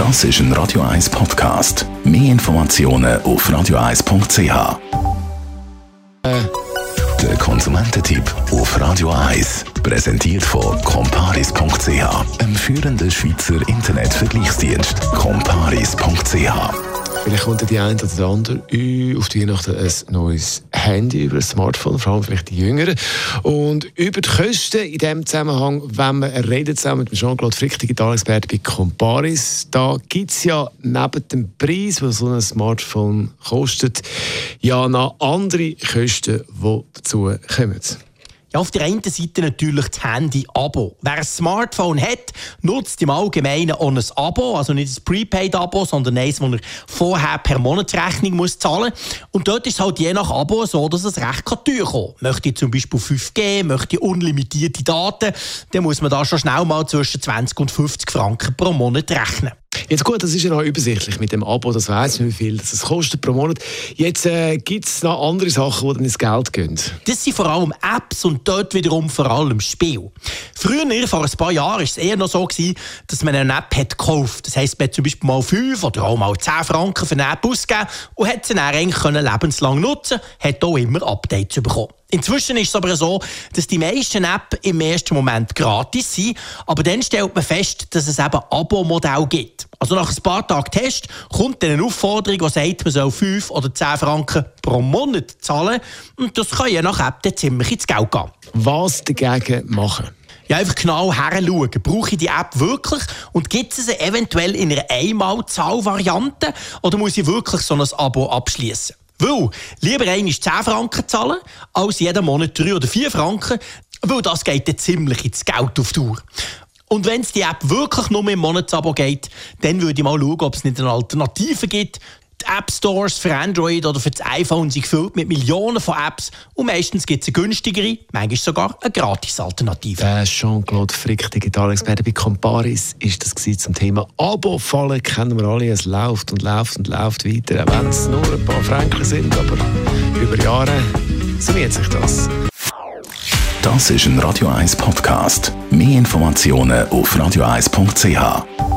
Das ist ein Radio 1 Podcast. Mehr Informationen auf radio1.ch. Der Konsumententipp auf Radio 1. Präsentiert von comparis.ch, einem führenden Schweizer Internetvergleichsdienst. comparis.ch. Vielleicht kommt die eine oder der andere auf die Weihnachten ein neues Handy über ein Smartphone, vor allem vielleicht die Jüngeren. Und über die Kosten in diesem Zusammenhang, wenn wir reden zusammen mit Jean-Claude Frick, Digitalexperte bei Comparis, da gibt es ja neben dem Preis, was so ein Smartphone kostet, ja noch andere Kosten, die dazu kommen. Ja, auf der einen Seite natürlich das Handy-Abo. Wer ein Smartphone hat, nutzt im Allgemeinen auch ein Abo, also nicht ein Prepaid-Abo, sondern eins, das er vorher per Monatsrechnung muss zahlen muss. Und dort ist es halt je nach Abo so, dass es recht teuer kommen kann. Möchte ich zum Beispiel 5G, möchte ich unlimitierte Daten, dann muss man da schon schnell mal zwischen 20 und 50 Franken pro Monat rechnen. Jetzt gut, das ist ja noch übersichtlich mit dem Abo, das weiss man, wie viel das kostet pro Monat. Jetzt gibt es noch andere Sachen, die dann ins Geld gehen. Das sind vor allem Apps und dort wiederum vor allem Spiele. Früher, vor ein paar Jahren, war es eher noch so, dass man eine App hat gekauft. Das heisst, man hat zum Beispiel mal 5 oder auch mal 10 Franken für eine App ausgegeben und hat sie dann eigentlich lebenslang nutzen können, hat auch immer Updates bekommen. Inzwischen ist es aber so, dass die meisten Apps im ersten Moment gratis sind, aber dann stellt man fest, dass es eben Abo-Modelle gibt. Also nach ein paar Tagen Test kommt dann eine Aufforderung, die sagt, man soll 5 oder 10 Franken pro Monat zahlen und das kann je nach App dann ziemlich ins Geld gehen. Was dagegen machen? Ja, einfach genau hinschauen. Brauche ich die App wirklich? Und gibt es sie eventuell in einer Einmalzahl-Variante? Oder muss ich wirklich so ein Abo abschließen? Weil lieber einmal 10 Franken zahlen, als jeden Monat 3 oder 4 Franken, weil das geht dann ziemlich ins Geld auf Dauer. Und wenn es die App wirklich nur im Monatsabo geht, dann würde ich mal schauen, ob es nicht eine Alternative gibt. Die App-Stores für Android oder für das iPhone sind gefüllt mit Millionen von Apps und meistens gibt es eine günstigere, manchmal sogar eine Gratis-Alternative. Jean-Claude Frick, Digitalexperte bei Comparis, ist das zum Thema Abo-Fallen. Kennen wir alle, es läuft und läuft und läuft weiter, auch wenn es nur ein paar Franken sind, aber über Jahre summiert sich das. Das ist ein Radio 1 Podcast. Mehr Informationen auf radio1.ch.